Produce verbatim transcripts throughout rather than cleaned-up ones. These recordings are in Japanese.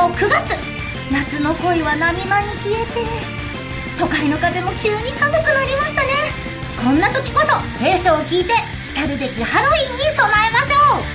もうくがつ、夏の恋は波間に消えて、都会の風も急に寒くなりましたね。こんな時こそ兵書を聞いて来るべきハロウィンに備えましょう。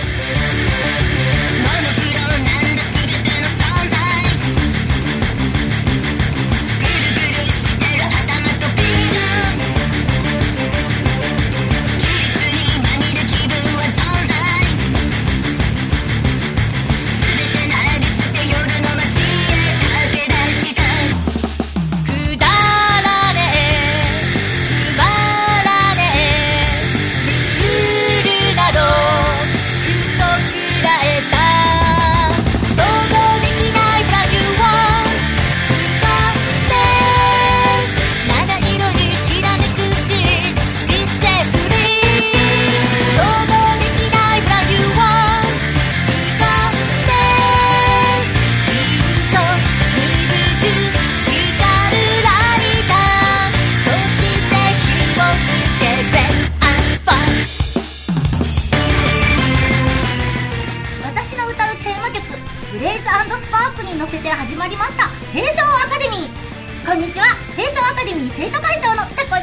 ブレイズ&スパークに乗せて始まりました兵将アカデミー。こんにちは、兵将アカデミー生徒会長のチョコです。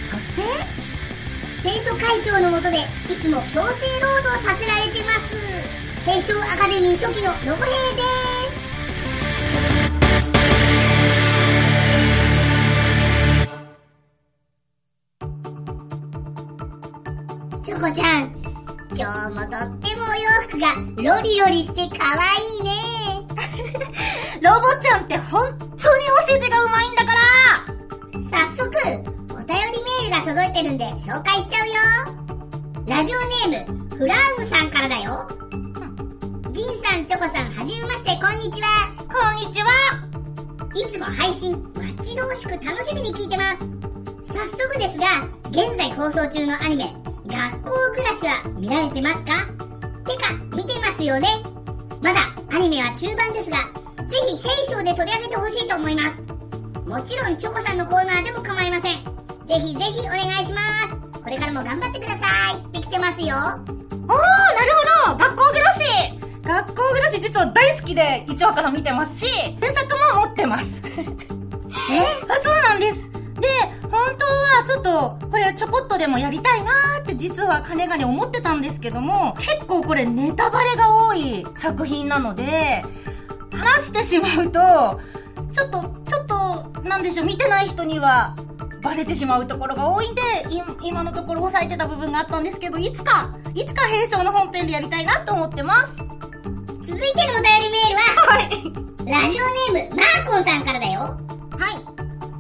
そして生徒会長の下でいつも強制労働させられてます兵将アカデミー初期のロボ兵です。チョコちゃん、今日もとってもお洋服がロリロリして可愛いね。 ロボちゃんって本当にお世辞がうまいんだから。 早速お便りメールが届いてるんで紹介しちゃうよ。ラジオネームフラウムさんからだよ。銀さん、チョコさん、はじめまして、こんにちは。 こんにちは。 いつも配信待ち遠しく楽しみに聞いてます。早速ですが、現在放送中のアニメ学校暮らしは見られてますか？てか見てますよね。まだアニメは中盤ですが、ぜひ兵将で取り上げてほしいと思います。もちろんチョコさんのコーナーでも構いません。ぜひぜひお願いします。これからも頑張ってくださいって来てますよ。おー、なるほど。学校暮らし学校暮らし実は大好きでいちわから見てますし、原作も持ってますえ、あ、そうなんです。で、本当はちょっとこれちょこっとでもやりたいなーって実はかねがね思ってたんですけども、結構これネタバレが多い作品なので、話してしまうとちょっとちょっとなんでしょう、見てない人にはバレてしまうところが多いんで、今のところ抑えてた部分があったんですけど、いつかいつか兵将の本編でやりたいなと思ってます。 続いてのお便りメールは、はい、ラジオネームマーコンさんからだよ。 はい。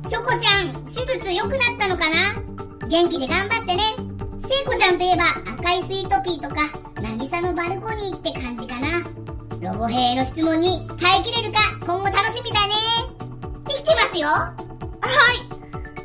チョコちゃん、手術良くなったのかな？元気で頑張ってね。聖子ちゃんといえば赤いスイートピーとか渚のバルコニーって感じかな。ロボ兵の質問に耐えきれるか今後楽しみだねって来てますよ。 はい、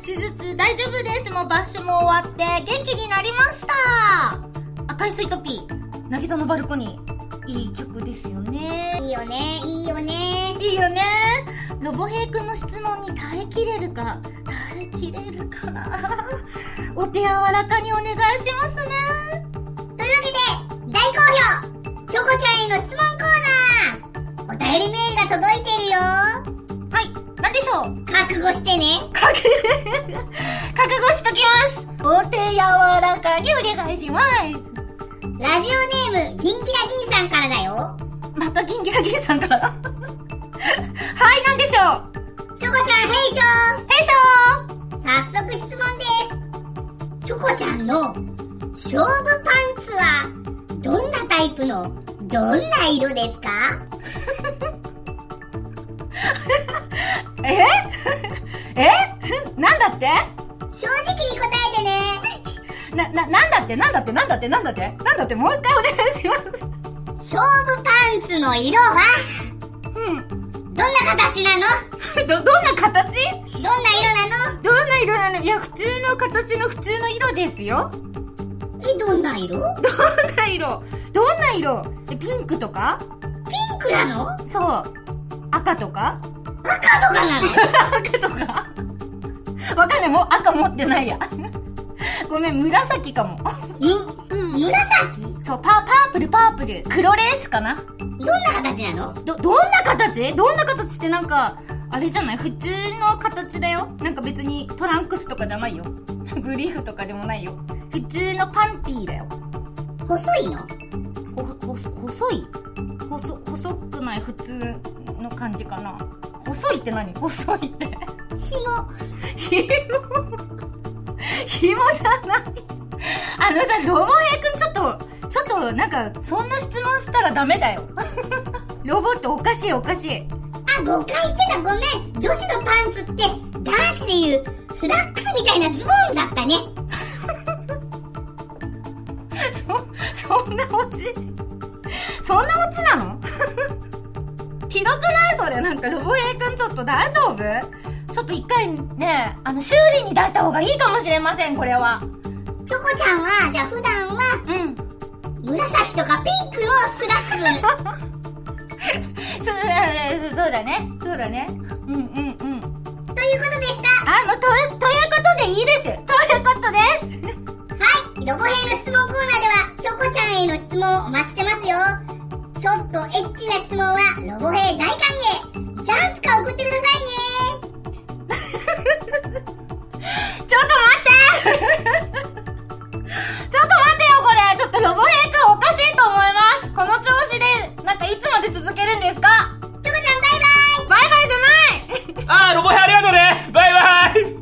手術大丈夫です。もうバッシュも終わって元気になりました。赤いスイートピー、渚のバルコニー、いい曲ですよね。 いいよね、いいよね、 いいよね。ロボ兵くんの質問に耐えきれるか耐えきれるかなお手柔らかにお願いしますね。 というわけで大好評チョコちゃんへの質問コーナー、お便りメールが届いてるよ。 はい、なんでしょう。 覚悟してね。 覚覚悟しときます。お手柔らかにお願いします。 ラジオネームギンギラギンさんからだよ。 またギンギラギンさんからはい、なんでしょう。 チョコちゃん、兵将兵将早速質問です。チョコちゃんの勝負パンツはどんなタイプのどんな色ですか？ ええなんだって？ 正直に答えてね。 な、な、なんだってなんだってなんだってなんだってなんだってもう一回お願いします。 勝負パンツの色はうん。 どんな形なの？ ど、どんな形？ どんな色なの？ どんな色なの？いや、普通の形の普通の色ですよ。 え、どんな色？どんな色？どんな色？え、ピンクとか？ ピンクなの？ そう。赤とか？ 赤とかなの？ 赤とかわかんない。もう赤持ってないや。ごめん、紫かも。 む、 紫？ そう、パー、パープルパープル。黒レースかな。 どんな形なの？ ど、どんな形？どんな形ってなんか、あれじゃない？普通の形だよ。なんか別にトランクスとかじゃないよ。ブリーフとかでもないよ。普通のパンティーだよ。 細いの？ ほ、ほ、細い？細、細くない普通の感じかな。細いって何？細いって。 紐。 紐紐じゃない。あのさ、ロボヘイくんちょっと、ちょっとなんか、そんな質問したらダメだよ。ロボっておかしいおかしい。 あ、誤解してた、ごめん。女子のパンツって、男子でいうスラックスみたいなズボンだったね。 そ、そんなオチそんなオチなの？ひどくないそれ。なんかロボヘイくんちょっと大丈夫？ちょっと一回ね、あの、修理に出した方がいいかもしれません、これは。 チョコちゃんは、じゃあ普段は、 うん。 紫とかピンクのスラックス。 そ、そうだね。そうだね。うんうんうん。 ということでした。 あ、もう、と、ということでいいです。ということです。 はい。ロボヘイの質問コーナーでは、チョコちゃんへの質問をお待ちしてますよ。ちょっとエッチな質問は、ロボヘイ大歓迎。チャンスか送ってくださいね。 ちょっと待ってちょっと待ってよ、これ。ちょっとロボヘイくんおかしいと思います。この調子で、なんかいつまで続けるんですか？ チョコちゃんバイバイ。 バイバイじゃない。 あー、ロボヘイありがとうね。バイバイ。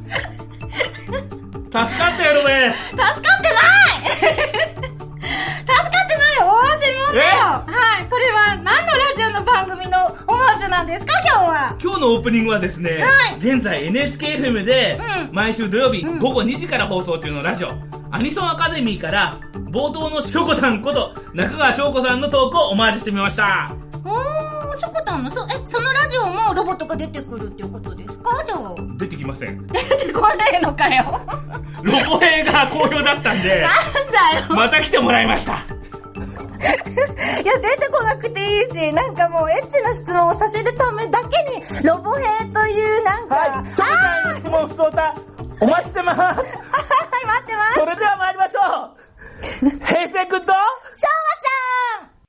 助かったよ、ロボヘイ。 助かってない助かってないよ。大汗もんだよ。はい。これは何のラジオの番組のオマージュなんですか、今日は？ 今日のオープニングはですね、 はい、 現在 エヌエイチケーエフエム で、 うん、 毎週土曜日、 うん、 午後にじから放送中のラジオ、アニソンアカデミーから、冒頭のしょこたんこと中川翔子さんのトークをオマージュしてみました。 おー、しょこたんの、そ、え、そのラジオもロボットが出てくるっていうことですか？じゃあ。 出てきません。 出てこねえのかよ。 ロボヘイが好評だったんで、 なんだよ。 また来てもらいました。 いや、出てこなくていいし、なんかもうエッチな質問をさせるためだけに、ロボヘイというなんか、 はい、ちょこちゃん質問不相談、お待ちしてます。はい、 待ってます。 それでは参りましょう。平成くんと、 しょうまちゃん。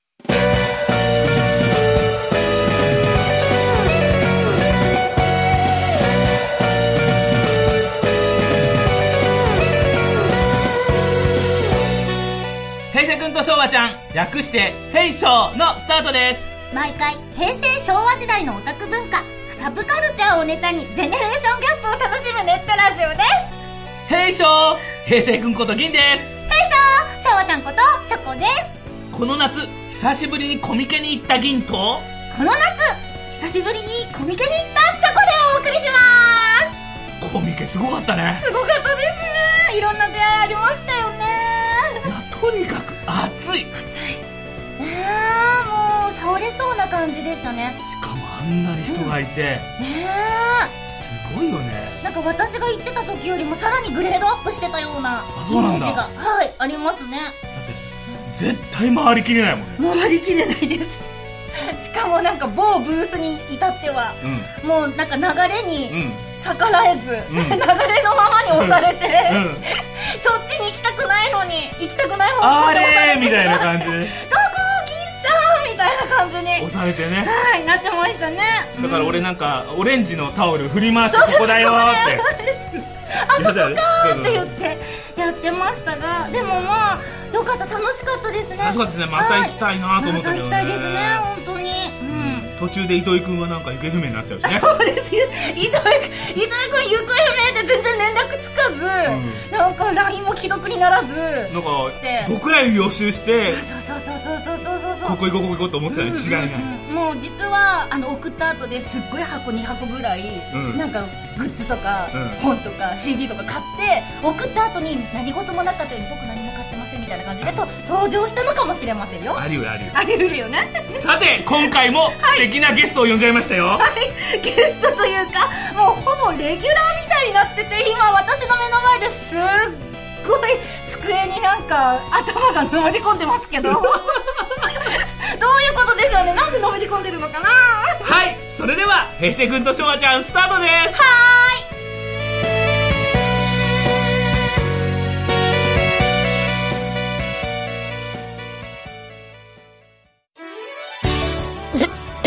平成くんと昭和ちゃん、略して平昭のスタートです。 毎回平成昭和時代のオタク文化、サブカルチャーをネタにジェネレーションギャップを楽しむネットラジオです。 平昭、平成くんこと銀です。 平昭、昭和ちゃんことチョコです。 この夏久しぶりにコミケに行った銀と、この夏久しぶりにコミケに行ったチョコでお送りします。 コミケすごかったね。 すごかったですね。いろんな出会いありましたよね。 いや、とにかく暑い暑いねえ、もう倒れそうな感じでしたね。 しかもあんなに人がいて、うん、ねえ、すごいよね。 なんか私が行ってた時よりもさらにグレードアップしてたようなイメージが、はい、ありますね。だって絶対回りきれないもんね。 回りきれないですしかもなんか某ブースに至っては、うん、もうなんか流れに逆らえず、うん、流れのままに押されて、うん、そっちに行きたくないのに行きたくない方向で押されてしまって、あれーみたいな感じで、どこ金ちゃんみたいな感じに押されてね、 はい、なってましたね。 だから俺なんかオレンジのタオル振り回して、ここだよーってあそこかーって言ってやってましたが、でもまあよかった、楽しかったですね。 楽しかったですね。また行きたいなと思ったけどね。 また行きたいですね、本当に。 途中で糸井くんがなんか行方不明になっちゃうしね。 そうですよ、糸井くん、糸井くん行方不明で全然連絡つかず、うん、なんか ライン も既読にならず、なんか僕らに予習して、 そうそうそうそうそうそうそう、 ここ行こうここ行こうと思ってたに違いない、うんうんうん、もう実はあの送った後ですっごい箱に箱ぐらい、うん、なんかグッズとか、うん、本とか シーディー とか買って送った後に何事もなかったように、僕何も買ってませんみたいな感じでと登場したのかもしれませんよ。 ありうるありうるありうるよね。 さて今回も素敵なゲストを呼んじゃいましたよ。 はい、ゲストというかもうほぼレギュラーみたいになってて、今私の目の前ですっごい机になんか頭がのめり込んでますけどどういうことでしょうね。なんでのめり込んでるのかな。 はい、それでは平成くんとしょうまちゃんスタートです。 はーい。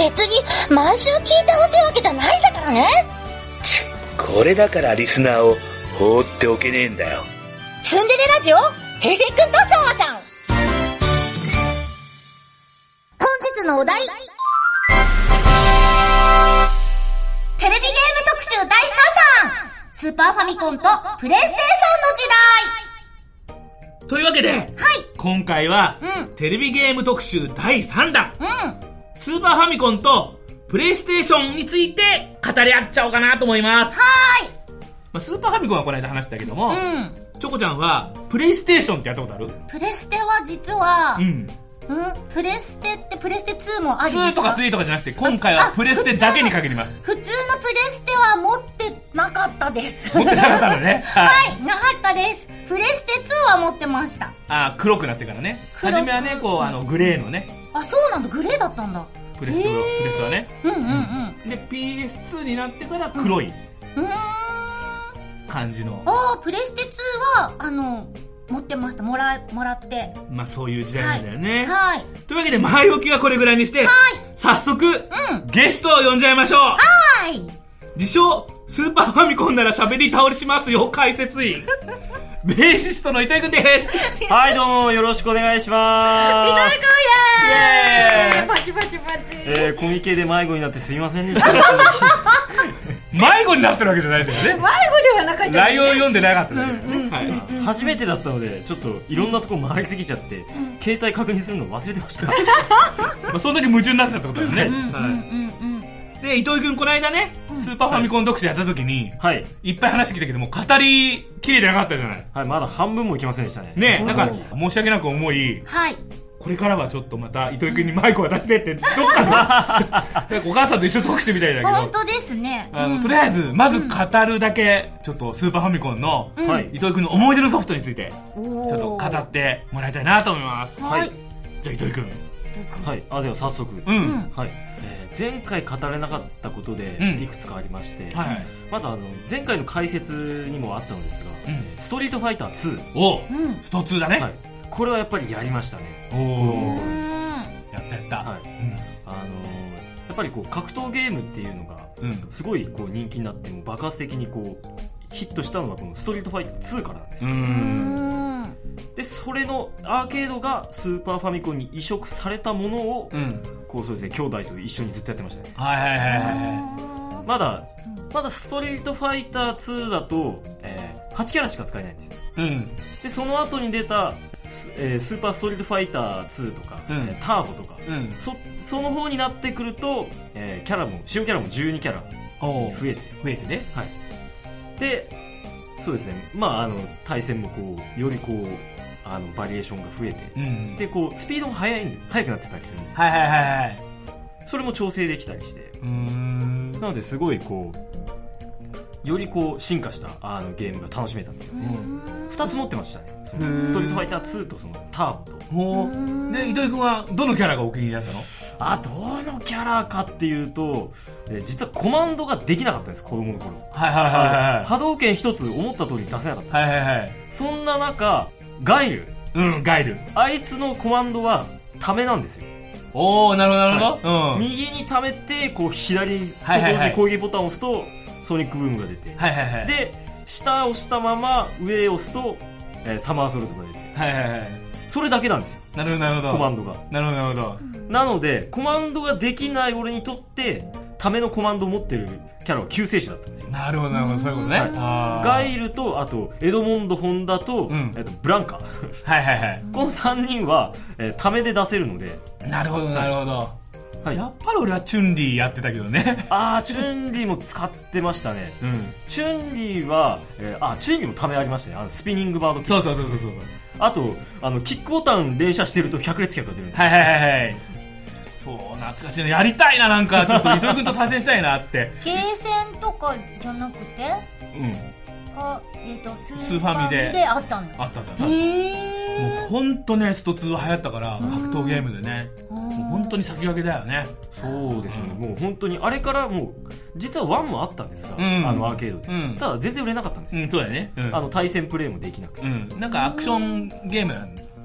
別に毎週聞いてほしいわけじゃないんだからね。 これだからリスナーを放っておけねえんだよ。 ツンデレラジオ平成くんと昭和さん。本日のお題、 テレビゲーム特集だいさんだん、スーパーファミコンとプレイステーションの時代。 というわけで、 はい、 今回は、 うん、 テレビゲーム特集だいさんだん、 うん、 スーパーファミコンとプレイステーションについて語り合っちゃおうかなと思います。 はーい。 まあ、スーパーファミコンはこの間話したけども、 うん、 チョコちゃんはプレイステーションってやったことある？ プレステは実は、 うん。 うん、プレステってプレステツーもありですか？ ツーとかスリーとかじゃなくて、今回はプレステだけに限ります。 普通のプレステは持ってなかったです。 持ってなかったのね。 はい、なかったです。プレステツーは持ってました。 あ、黒くなってからね。初めはね、こう、あの、グレーのね。 あ、そうなんだ、グレーだったんだ。 プレステは、プレステはね。 うんうんうん。 で、ピーエスツー になってから黒い。 うん。うーん。 感じの。 ああ、プレステツーは、あの、持ってました。もら、もらって。 まあそういう時代なんだよね。 はい。はい、 というわけで、前置きはこれぐらいにして、はい。早速、うん、ゲストを呼んじゃいましょう。 はい。 自称、スーパーファミコンなら喋り倒れしますよ、解説員。ベーシストの糸井くんです。 はい、どうもよろしくお願いしまーす。 糸井くんイエーイ。パチパチパチ。 えー、コミケで迷子になってすいませんでした。 迷子になってるわけじゃないんだよね。 迷子ではなかった、ね。 内容を読んでなかったんだけどね。はい。 初めてだったので、ちょっといろんなところ回りすぎちゃって、うん、携帯確認するの忘れてました。まあそんだけ夢中になってたってことですね。はい。 うんうんうんで、糸井くんこの間ね、スーパーファミコン特集やった時に、 はい。 いっぱい話聞いたけども、語りきれてなかったじゃない。 はい、まだ半分もいきませんでしたね。 ね、なんか、申し訳なく思い、 はい。 これからはちょっとまた糸井くんにマイク渡してって、どっかで、お母さんと一緒にトークしてみたいだけど。 本当ですね。 あの、とりあえず、まず語るだけ、ちょっとスーパーファミコンの、はい。糸井くんの思い出のソフトについて、ちょっと語ってもらいたいなと思います。 はい。 じゃあ糸井くん。 はい。あ、では早速。 うん。 はい。えー、前回語れなかったことで、いくつかありまして、 はい。 まずあの、前回の解説にもあったのですが、ストリートファイターツー。 おストツーだね。はい。 これはやっぱりやりましたね。 おお。やったやった。はい。 あのー、やっぱりこう、格闘ゲームっていうのが、すごいこう人気になって、も爆発的にこう、ヒットしたのがこのストリートファイターツーからなんですよ。で、それのアーケードがスーパーファミコンに移植されたものを、うん、こうそうですね、兄弟と一緒にずっとやってましたね。 はいはいはいはい。 まだ、まだストリートファイターツーだと、えー、はちキャラしか使えないんですよ。 うん。 で、その後に出た、えー、スーパーストリートファイターツーとか、うん、ターボとか、うん、そ、その方になってくると、えー、キャラも、主要キャラもじゅうにキャラ増えて、 増えてね。 はい。で、そうですね。まあ、あの、対戦もこう、よりこう、あの、バリエーションが増えて、うん、で、こう、スピードも速いんで、速くなってたりするんですよ。 はいはいはいはい。 それも調整できたりして。 うーん。 なので、すごいこう、よりこう、進化した、あの、ゲームが楽しめたんですよ。二つ持ってましたね。そのストリートファイターツーとその、ターボと。 ほー。で、糸井くんは、どのキャラがお気に入りだったの？ あ、どのキャラかっていうと、え実はコマンドができなかったんです、子供の頃。 はいはいはいはい。 波動拳一つ思った通り出せなかった。 はいはいはい。 そんな中、ガイル。 うん、ガイル。 あいつのコマンドは、ためなんですよ。 おー、なるほどなるほど。はい、 うん。右にためて、こう、左と同時攻撃ボタンを押すと、ソニックブームが出て。 はいはいはい。 で、下を押したまま、上を押すと、えー、サマーソルトが出て。 はいはいはい。 それだけなんですよ。 なるほどなるほど。 コマンドが。 なるほどなるほど。 なので、コマンドができない俺にとって、ためのコマンドを持ってるキャラは救世主だったんですよ。 なるほどなるほど、そういうことね。 はい、ガイルと、あと、エドモンド・ホンダと、うん、えっと、ブランカ。 はいはいはい。 このさんにんは、えー、ためで出せるので。 なるほどなるほど。はい、やっぱり俺はチュンリーやってたけどね。 あー、チュンリーも使ってましたね。うん。チュンリーは、えー、あ、チュンリーもためありましたね。あの、スピニングバード。 そうそうそうそうそう。 あと、あの、キックボタン連射してると百列脚が出るんです。 はいはいはいはい。そう、懐かしいな。やりたいな、なんか、ちょっと糸井くんと対戦したいなって。 ゲーセンとかじゃなくてうん。 あ、えっ、ー、と、スーファミで。 であったんだ。 あったあった。 へー。 もうほんとね、ストツーは流行ったから、格闘ゲームでね。もう本当に先駆けだよね。 そうですよね。もう本当に、あれからもう、実はワンもあったんですが、うん、あのアーケードで、うん。ただ全然売れなかったんですよ。 うん、そうだよね。 うん、あの対戦プレイもできなくて。 うん。なんかアクションゲームなん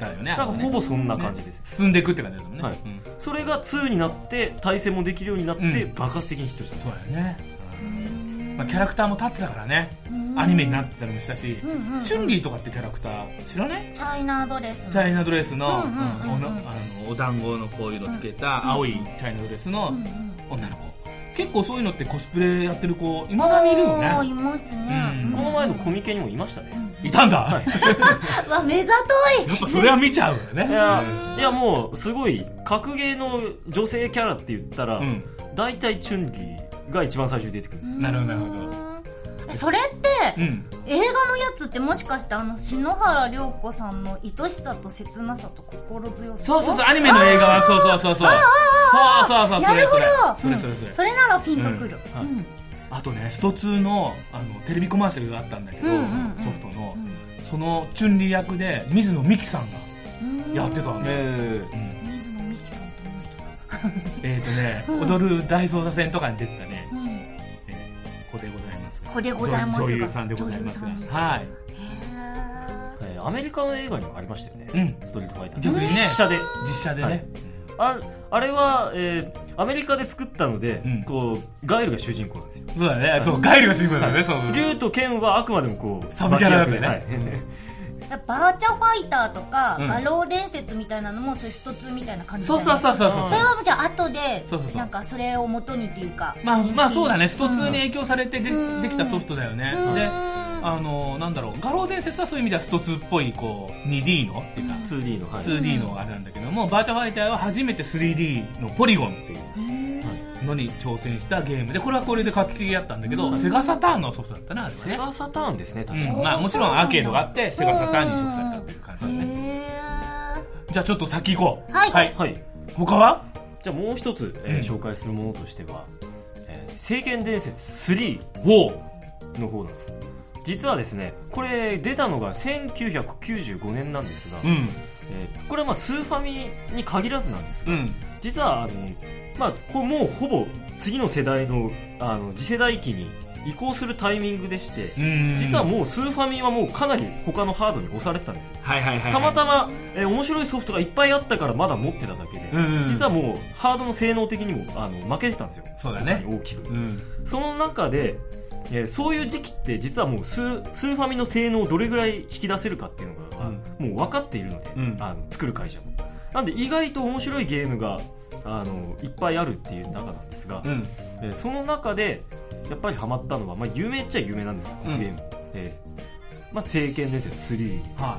ったよね。 なんかほぼそんな感じです。 進んでいくって感じだもんね。 はい。それがツーになって、対戦もできるようになって、爆発的にヒットしたんです。 そうだよね。まあ、キャラクターも立ってたからね、アニメになってたりもしたし、うんうん、チュンリーとかってキャラクター知らない？ チャイナドレスチャイナドレスのお団子のこういうのつけた青いチャイナドレスの女の子、結構そういうのってコスプレやってる子いまだにいるよね。 いますね、 うん、この前のコミケにもいましたね、 うん、いたんだ、 はい、 わ、目ざとい。 やっぱそれは見ちゃうよね。 いや、いやもうすごい格ゲーの女性キャラって言ったら、うん、大体チュンリーが一番最初に出てくるんです。 なるほどなるほど。 それって、うん、映画のやつってもしかしてあの篠原涼子さんの愛しさと切なさと心強さ、 そうそうそう、アニメの映画はそうそうそうそう、そうそうそう、 なるほど、 それそれそれそれならピンとくる、うんうん、 あとね、ストツーのあのテレビコマーシャルがあったんだけど、うんうんうん、ソフトの、うん、そのチュンリー役で水野美紀さんがやってたんで、 うん、水野美紀さんと思うとえっとね、うん、踊る大捜査線とかに出てたね、うん、えー、子でございます子でございますが女優さんでございますが、はい、 えー、アメリカの映画にもありましたよね、うん、ストリートファイター、 逆にね、 実写で実写でね、はい、 あ, あれは、えー、アメリカで作ったので、うん、こうガイルが主人公なんですよ。 そうだね、はい、そう、ガイルが主人公だよね、そうそう、 竜とケンはあくまでもこうサブキャラだったよね、はい、 バーチャファイターとか、うん、画廊伝説みたいなのもそれストツーみたいな感じだよね。 そうそうそうそう、 それはじゃあ後でそうそうそう、なんかそれを元にっていうか、 まあまあそうだね、ストツーに影響されて で,、うん、できたソフトだよね。で、あのなんだろう、画廊伝説はそういう意味ではストツーっぽいこう にディー のっていうかツーディー の、はい、 ツーディー のあれなんだけども、バーチャファイターは初めて スリーディー のポリゴンっていうのに挑戦したゲームで、これはこれで画期的だったんだけど、うん、セガサターンのソフトだったな、あれはね。 セガサターンですね、確かに、 うん、まあもちろんアーケードがあってセガサターンに移植されたっていう感じだね。じゃあちょっと先行こう。 はい、 はいはい、他はじゃあもう一つ、えーうん、紹介するものとしては、えー、聖剣伝説スリーの方なんです。実はですね、これ出たのがせんきゅうひゃくきゅうじゅうごねんなんですが、うん、えー、これはまあスーファミに限らずなんですが、うん、実はあの、まあ、これもうほぼ次の世代の、あの次世代機に移行するタイミングでして、実はもうスーファミはもうかなり他のハードに押されてたんですよ。 はいはいはいはい、 たまたま、えー、面白いソフトがいっぱいあったからまだ持ってただけで、実はもうハードの性能的にもあの負けてたんですよ。 そうだね、 大きく、うん、その中でえー、そういう時期って実はもうスー、スーファミの性能をどれぐらい引き出せるかっていうのが、うん、もう分かっているので、うん、あの作る会社もなんで意外と面白いゲームがあのいっぱいあるっていう中なんですが、うん、えー、その中でやっぱりハマったのは、まあ、有名っちゃ有名なんですよ、うん、ゲーム、えーまあ、聖剣伝説スリーですね、はい、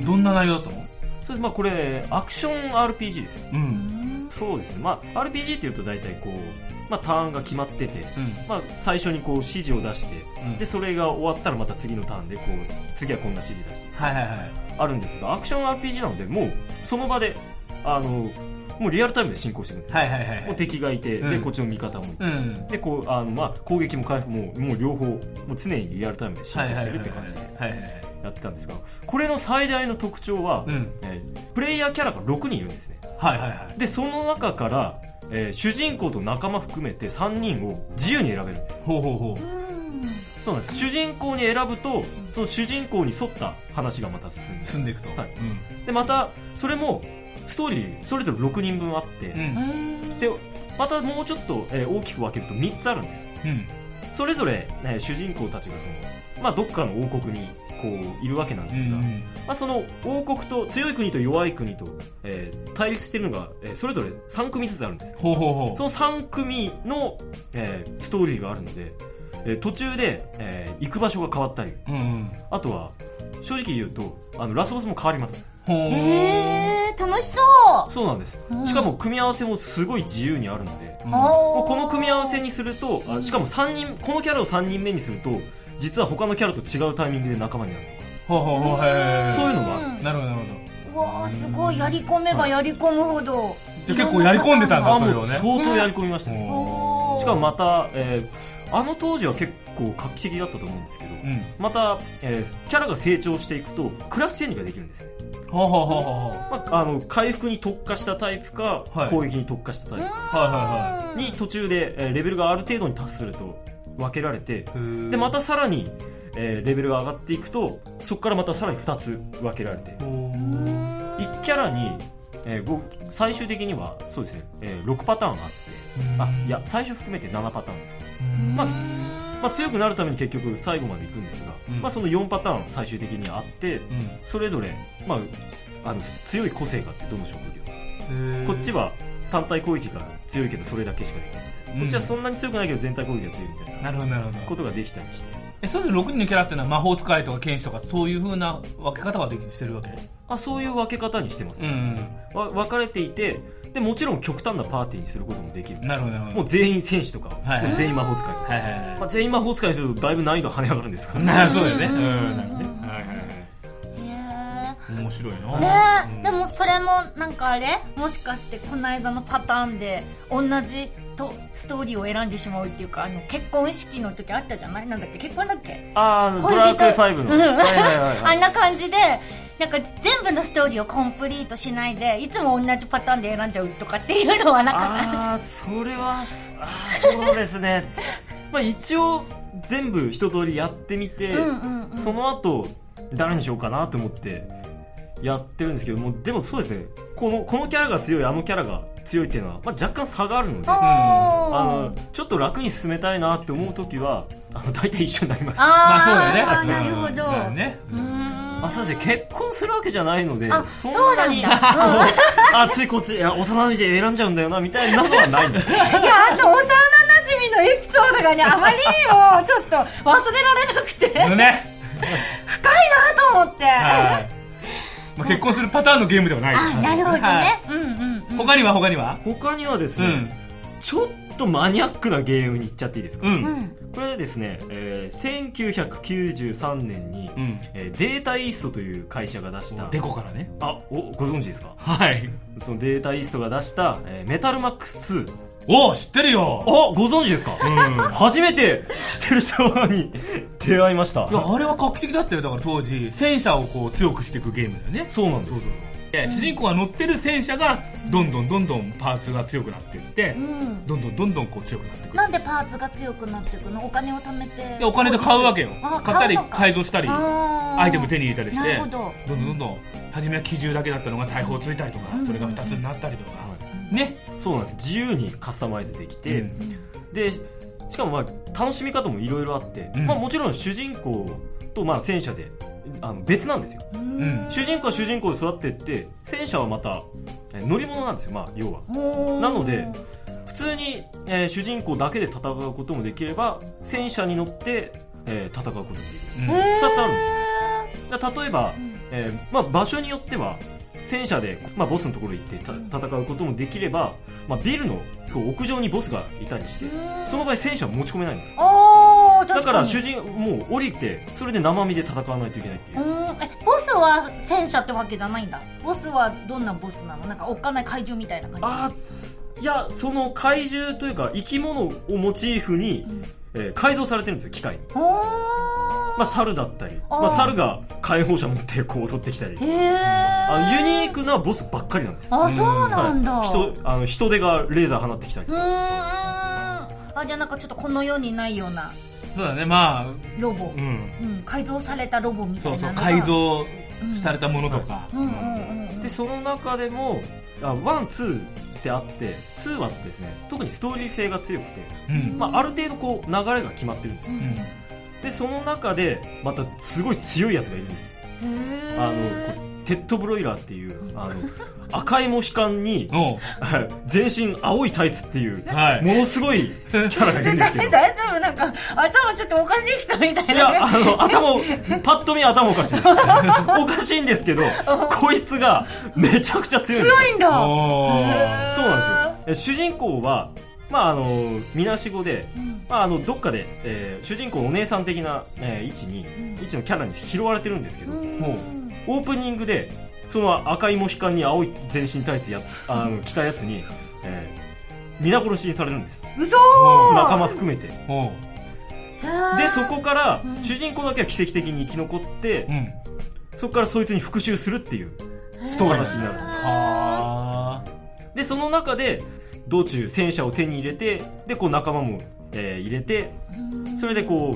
どんな内容だったの？ そうです、まあ、これアクション アールピージー です、うん、そうですね、まあ、アールピージー っていうと大体こうまあ、ターンが決まってて、うん、まあ、最初にこう指示を出して、うん、でそれが終わったらまた次のターンでこう次はこんな指示出して、はいはいはい、あるんですが、アクション アールピージー なのでもうその場であのもうリアルタイムで進行していくんです、はいはいはいはい、もう敵がいて、うん、でこっちの味方もいて、うん、でこうあの、まあ、攻撃も回復ももう両方もう常にリアルタイムで進行してるって感じでやってたんですが、これの最大の特徴は、うん、えー、プレイヤーキャラがろくにんいるんですね、はいはいはい、でその中からえー、主人公と仲間含めてさんにんを自由に選べるんです。ほうほうほう。そうなんです。主人公に選ぶとその主人公に沿った話がまた進んで進んでいくと、 はい、うん、でまたそれもストーリーそれぞれろくにんぶんあって、うん、でまたもうちょっと、えー、大きく分けるとみっつあるんです、うん、それぞれ、ね、主人公たちがその、まあ、どっかの王国にこういるわけなんですが、うん、まあ、その王国と強い国と弱い国と、えー、対立しているのが、えー、それぞれさん組ずつあるんです。ほうほうほう。そのさん組の、えー、ストーリーがあるので、えー、途中で、えー、行く場所が変わったり、うんうん、あとは正直言うとあのラスボスも変わります。 へー、楽しそう。 そうなんです、うん、しかも組み合わせもすごい自由にあるので、うん、もうこの組み合わせにすると、あ、しかもさんにんこのキャラをさんにんめにすると実は他のキャラと違うタイミングで仲間になるとか、ほうほうほう、へー、そういうのがあるんです。 なるほどなるほど。 うわー、すごい。やり込めばやり込むほど、はい、 じゃ結構やり込んでたんだ。それをね、 相当やり込みましたね。しかもまた、えー、あの当時は結構画期的だったと思うんですけど、うん、また、えー、キャラが成長していくとクラスチェンジができるんですね。はあはあはあ、まあ、あの回復に特化したタイプか、はい、攻撃に特化したタイプか、はいはいはい、に途中で、えー、レベルがある程度に達すると分けられて、でまたさらに、 えー、レベルが上がっていくとそこからまたさらにふたつ分けられていちキャラに、えー、最終的にはそうですね、えー、ろくパターンあってあいや最初含めてななパターンですか、まあまあ、強くなるために結局最後まで行くんですが、うんまあ、そのよんパターン最終的にあって、うん、それぞれ、まあ、あの強い個性があってどの職業こっちは単体攻撃が強いけどそれだけしかできないみたいな、うん、こっちはそんなに強くないけど全体攻撃が強いみたいな、なるほどなるほどことができたりして、 えそれぞれろくにんのキャラっていうのは魔法使いとか剣士とかそういう風な分け方ができしてるわけ？ あそういう分け方にしてますね、うんうん、分かれていてでもちろん極端なパーティーにすることもできる。なるほどなるほど。もう全員戦士とか、はいはい、全員魔法使いとか、はいはいはいまあ、全員魔法使いにするとだいぶ難易度跳ね上がるんですからね。 そうですね。うん。なるほどね。はいはいはい。面白いな。 ねえ、うん、でもそれもなんかあれもしかしてこの間のパターンで同じとストーリーを選んでしまうっていうかあの結婚式の時あったじゃないなんだっけ結婚だっけああドラクエファイブのはいはいはい、はい、 あんな感じでなんか全部のストーリーをコンプリートしないでいつも同じパターンで選んじゃうとかっていうのはなんかああそれはあそうですねまあ一応全部一通りやってみて、うんうんうん、その後誰にしようかなと思ってやってるんですけどもでもそうですねこの、このキャラが強いあのキャラが強いっていうのは、まあ、若干差があるので、うん、あのちょっと楽に進めたいなって思うときはあの大体一緒になります。 あまあそうだよね。あなるほど、 うん、ねあそうですね結婚するわけじゃないのであそんなにあついこっちいや幼馴染選んじゃうんだよなみたいなのはないんですいやあの幼馴染のエピソードがねあまりにもちょっと忘れられなくてね深いなと思ってまあ、結婚するパターンのゲームではないです、 ね、あなるほどね、はいうんうんうん、 他には他には他にはですね、うん、ちょっとマニアックなゲームに行っちゃっていいですか、うん、これでですね、えー、せんきゅうひゃくきゅうじゅうさんねんに、うんえー、データイーストという会社が出したデコからねあおご存知ですかはいそのデータイーストが出した、えー、メタルマックスツーお知ってるよあご存知ですか、うん、初めて知ってる人に出会いました。 いやあれは画期的だったよ。だから当時戦車をこう強くしていくゲームだよね。 そうなんです。そうそうそう、うん、主人公が乗ってる戦車がどんどんどんどんパーツが強くなっていって、うん、どんどんどんどんこう強くなっていく。 なんでパーツが強くなっていくの？お金を貯めて。 いやお金で買うわけよ。買ったり改造したりアイテム手に入れたりして、 なるほどどんどんどんどん初めは機銃だけだったのが大砲ついたりとか、うん、それがふたつになったりとか、うん、ねそうなんです。自由にカスタマイズできて、うん、でしかもまあ楽しみ方もいろいろあって、うんまあ、もちろん主人公とまあ戦車であの別なんですよ、うん、主人公は主人公で育っていって戦車はまた乗り物なんですよ、まあ、要はなので普通に、えー、主人公だけで戦うこともできれば戦車に乗って、えー、戦うこともできる、うん、ふたつあるんですよ。だ例えば、えーまあ、場所によっては戦車で、まあ、ボスのところに行ってた戦うこともできれば、まあ、ビルの屋上にボスがいたりしてその場合戦車は持ち込めないんです。 あだから主人もう降りてそれで生身で戦わないといけないっていう。 うんえボスは戦車ってわけじゃないんだ。ボスはどんなボスなの？なんかおっかない怪獣みたいな感じ。 あいやその怪獣というか生き物をモチーフに、うんえー、改造されてるんですよ機械に。まあ、猿だったりまあ、猿が火炎放射持ってこう襲ってきたりあのユニークなボスばっかりなんです。 あそうなんだ、 はい、人, あの人手がレーザー放ってきたりとか。 うーんあじゃあなんかちょっとこの世にないようなそうだねまあロボ、うんうん、改造されたロボみたいなのがそうそう改造されたものとかでその中でもあワン、ツーってあってツーはですね特にストーリー性が強くて、うんまあ、ある程度こう流れが決まってるんですよ、うんでその中でまたすごい強いやつがいるんですよ。あのテッドブロイラーっていうあの赤いモヒカンに全身青いタイツっていう、はい、ものすごいキャラがいるんですけど大丈夫なんか頭ちょっとおかしい人みたいな、ね、 いやあの頭パッと見頭おかしいですおかしいんですけどこいつがめちゃくちゃ強いんですよ。 強いんだ。 そうなんですよ。主人公はまああのみなしごで、うんまあ、あのどっかで、えー、主人公のお姉さん的な、えー、位置に、うん、位置のキャラに拾われてるんですけど、もうオープニングでその赤いモヒカンに青い全身タイツやあの着たやつに、えー、皆殺しにされるんです。 嘘仲間含めて。でそこから、うん、主人公だけは奇跡的に生き残って、うん、そこからそいつに復讐するっていうストーリー話になるんです。はでその中で道中戦車を手に入れてでこう仲間も、えー、入れてそれでこう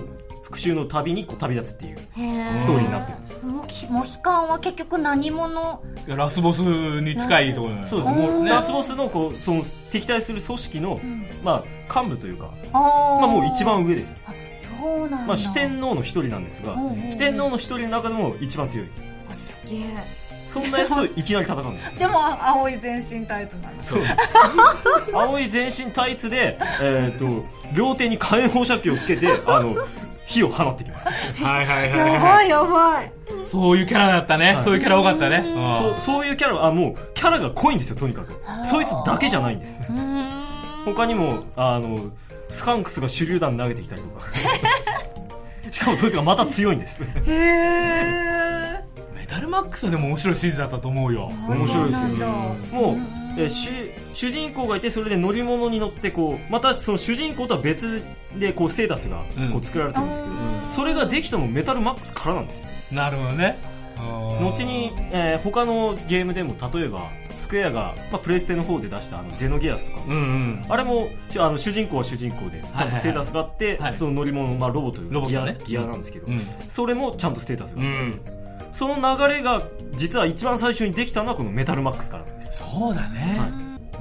復讐の旅にこう旅立つっていうへストーリーになってるんです。 モヒモヒカンは結局何者？ いやラスボスに近いところだね。 そうです。もうラスボスのこうその敵対する組織の、まあ幹部というか、 あまあもう一番上です。 あ、そうなんだ。 まあ四天王の一人なんですが、四天王の一人の中でも一番強い。 あ、すげえ。 そんなやつといきなり戦うんです。 でも青い全身タイツなんだ。 そう。青い全身タイツで、えっと両手に火炎放射器をつけてあの火を放ってきます。 はいはいはい、はい、 やばいやばい。 そういうキャラだったね、はい、そういうキャラ多かったね。 そうそういうキャラ、あもうキャラが濃いんですよ。とにかくそいつだけじゃないんです。他にもあのスカンクスが手榴弾投げてきたりとかしかもそいつがまた強いんです。へえ。 メタルマックスでも面白いシリーズだったと思うよ。 面白いですよね。もうえ主, 主人公がいて、それで乗り物に乗ってこうまたその主人公とは別でこうステータスがこう作られてるんですけど、うん、それができたのもメタルマックスからなんですよ。 なるほどね。 後に、えー、他のゲームでも例えばスクエアが、まあ、プレステの方で出したあのゼノギアスとか、うんうん、あれもあの主人公は主人公でちゃんとステータスがあって、はいはいはい、その乗り物、まあ、ロボというギア、ね、ギアなんですけど、うん、それもちゃんとステータスがあって、うん、その流れが実は一番最初にできたのはこのメタルマックスからなんです。 そうだね、はい、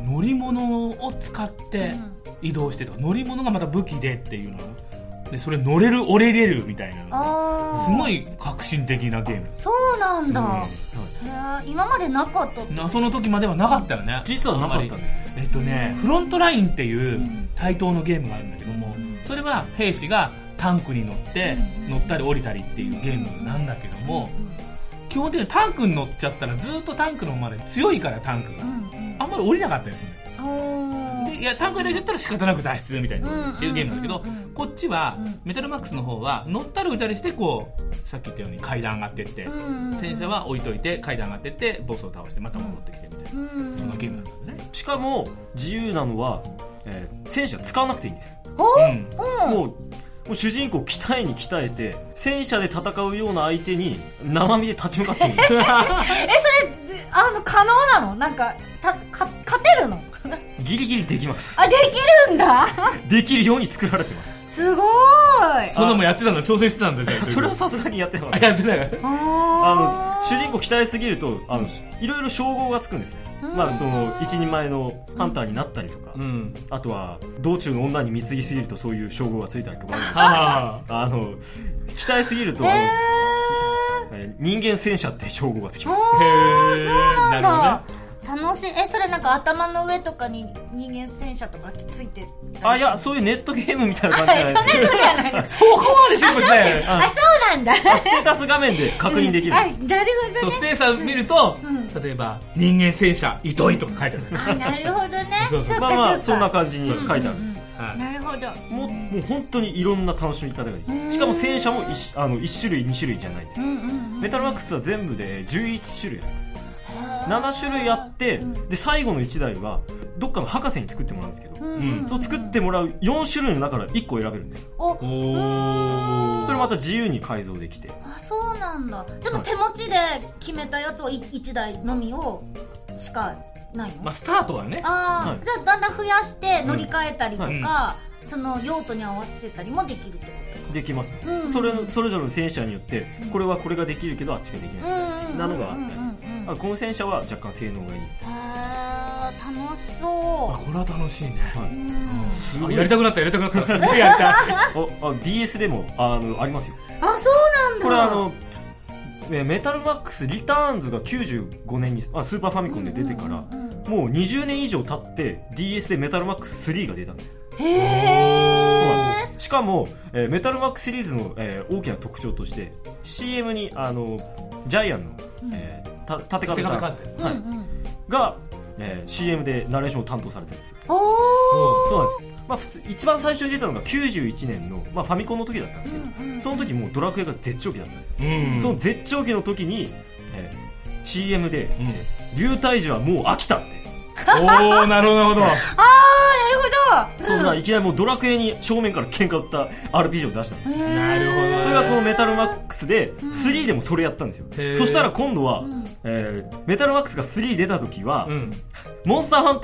乗り物を使って移動してとか、乗り物がまた武器でっていうので、それ乗れる折れれるみたいなのすごい革新的なゲーム。 そうなんだ、うん、へえ、今までなかったな。その時まではなかったよね。 実はなかったんです。 えっとね、フロントラインっていう対等のゲームがあるんだけども、それは兵士がタンクに乗って乗ったり降りたりっていうゲームなんだけども、基本的にタンクに乗っちゃったらずっとタンクのままで強いから、タンクがあんまり降りなかったりするんだよ。でいやタンクに入れちゃったら仕方なく脱出みたいなっていうゲームなんだけど、こっちはメタルマックスの方は乗ったり降りたりして、こうさっき言ったように階段上がってって、戦車は置いといて階段上がってってボスを倒してまた戻ってきてみたいな、そんなゲームなんだよね。 しかも自由なのは、えー、戦車使わなくていいんです。 うん、 もうもう主人公を鍛えに鍛えて戦車で戦うような相手に生身で立ち向かってるんですえ、それあの可能なの？なんかたか勝てるの？ ギリギリできます。 あ、できるんだ。 できるように作られてます。 すごーい。 そんなもんやってたの？挑戦してたんだじゃん。 それはさすがにやってなかった。 やってない。 あの主人公鍛えすぎるとあのいろいろ称号がつくんですね。まあその一人前のハンターになったりとか、うん、あとは道中の女に貢ぎすぎるとそういう称号がついたりとかあるあの鍛えすぎると、えー、人間戦車って称号がつきます。 へー、そうなんだ。楽しい。え、それなんか頭の上とかに人間戦車とかついてたりする？ あ、いや、そういうネットゲームみたいな感じじゃないですか。 そんなのじゃない。 そこまで進歩してないよね。 あ、そうなんだ。 ステータス画面で確認できる。 うん、あ、なるほどね。 そう、ステータス見ると、うん、例えば人間戦車糸井とか書いてある。あ、なるほどね。そうそう、 まあまあそんな感じに書いてあるんですよ。 うんうんうん、なるほど。 もうもう本当にいろんな楽しみ方ができる。しかも戦車も一あの一種類二種類じゃないです。うんうんうん、メタルマックスは全部でじゅういち種類あります。なな種類あって、うん、で最後のいちだいはどっかの博士に作ってもらうんですけど、うん、そう作ってもらうよん種類の中からいっこ選べるんです。おお、それまた自由に改造できて。 あ、そうなんだ。でも手持ちで決めたやつはいちだいのみをしかないの？ まあスタートはね。 ああ、はい、じゃあだんだん増やして乗り換えたりとか、うんはい、その用途に合わせたりもできるってこと？ できます、ね、うんうん、それそれぞれの戦車によってこれはこれができるけどあっちができないなのがあったり、この戦車は若干性能がいい。 あー、楽しそう。 あ、これは楽しいね、はい、 うん、 すごいやりたくなったやりたくなったすごいやりたいああ ディーエス でも あ, のありますよ。 あ、そうなんだ。 これあのメタルマックスリターンズがきゅうじゅうごねんにあスーパーファミコンで出てから、うんうんうん、もうにじゅうねん以上経って ディーエス でメタルマックススリーが出たんです。 へー。 しかも、えー、メタルマックスシリーズの、えー、大きな特徴として シーエム にあのジャイアンの、うん、えー、た立壁さんです、はい、うんうん、が、えー、シーエム でナレーションを担当されてるんですよ。おー、そうなんです。まあ、一番最初に出たのがきゅうじゅういちねんの、まあ、ファミコンの時だったんですけど、うんうん、その時もうドラクエが絶頂期だったんですよ、うんうん、その絶頂期の時に、えー、シーエム で、うん、えー、竜退治はもう飽きたっておー、なるほどなるほど。あー、なるほど。 そんないきなりもうドラクエに正面から喧嘩売った アールピージー を出したんです。 なるほど。 それがこのメタルマックスでスリーでもそれやったんですよ。そしたら今度は、うん、えー、メタルマックスがスリー出た時は、うん、モンスターハンターが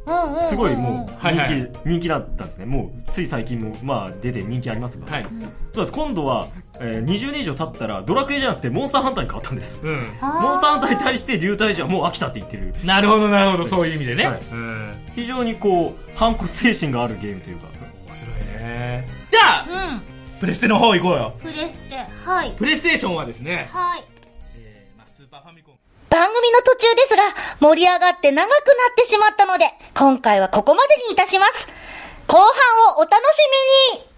うんうん。 すごいもう人気、 はいはい人気だったんですね。もうつい最近もまあ出て人気ありますが、 はい。 そうです。今度は、えー、にじゅうねん以上経ったらドラクエじゃなくてモンスターハンターに変わったんです。 うん。 モンスターハンターに対して竜退治はもう飽きたって言ってる。 なるほどなるほど、そういう意味でね。 はいうん。 非常にこう反骨精神があるゲームというか。 面白いね。じゃあ、 うん。 プレステの方行こうよ。 プレステ、はい。 プレイステーションはですね、 はい。 えー、まあスーパーファミコン。 番組の途中ですが、盛り上がって長くなってしまったので、今回はここまでにいたします。後半をお楽しみに。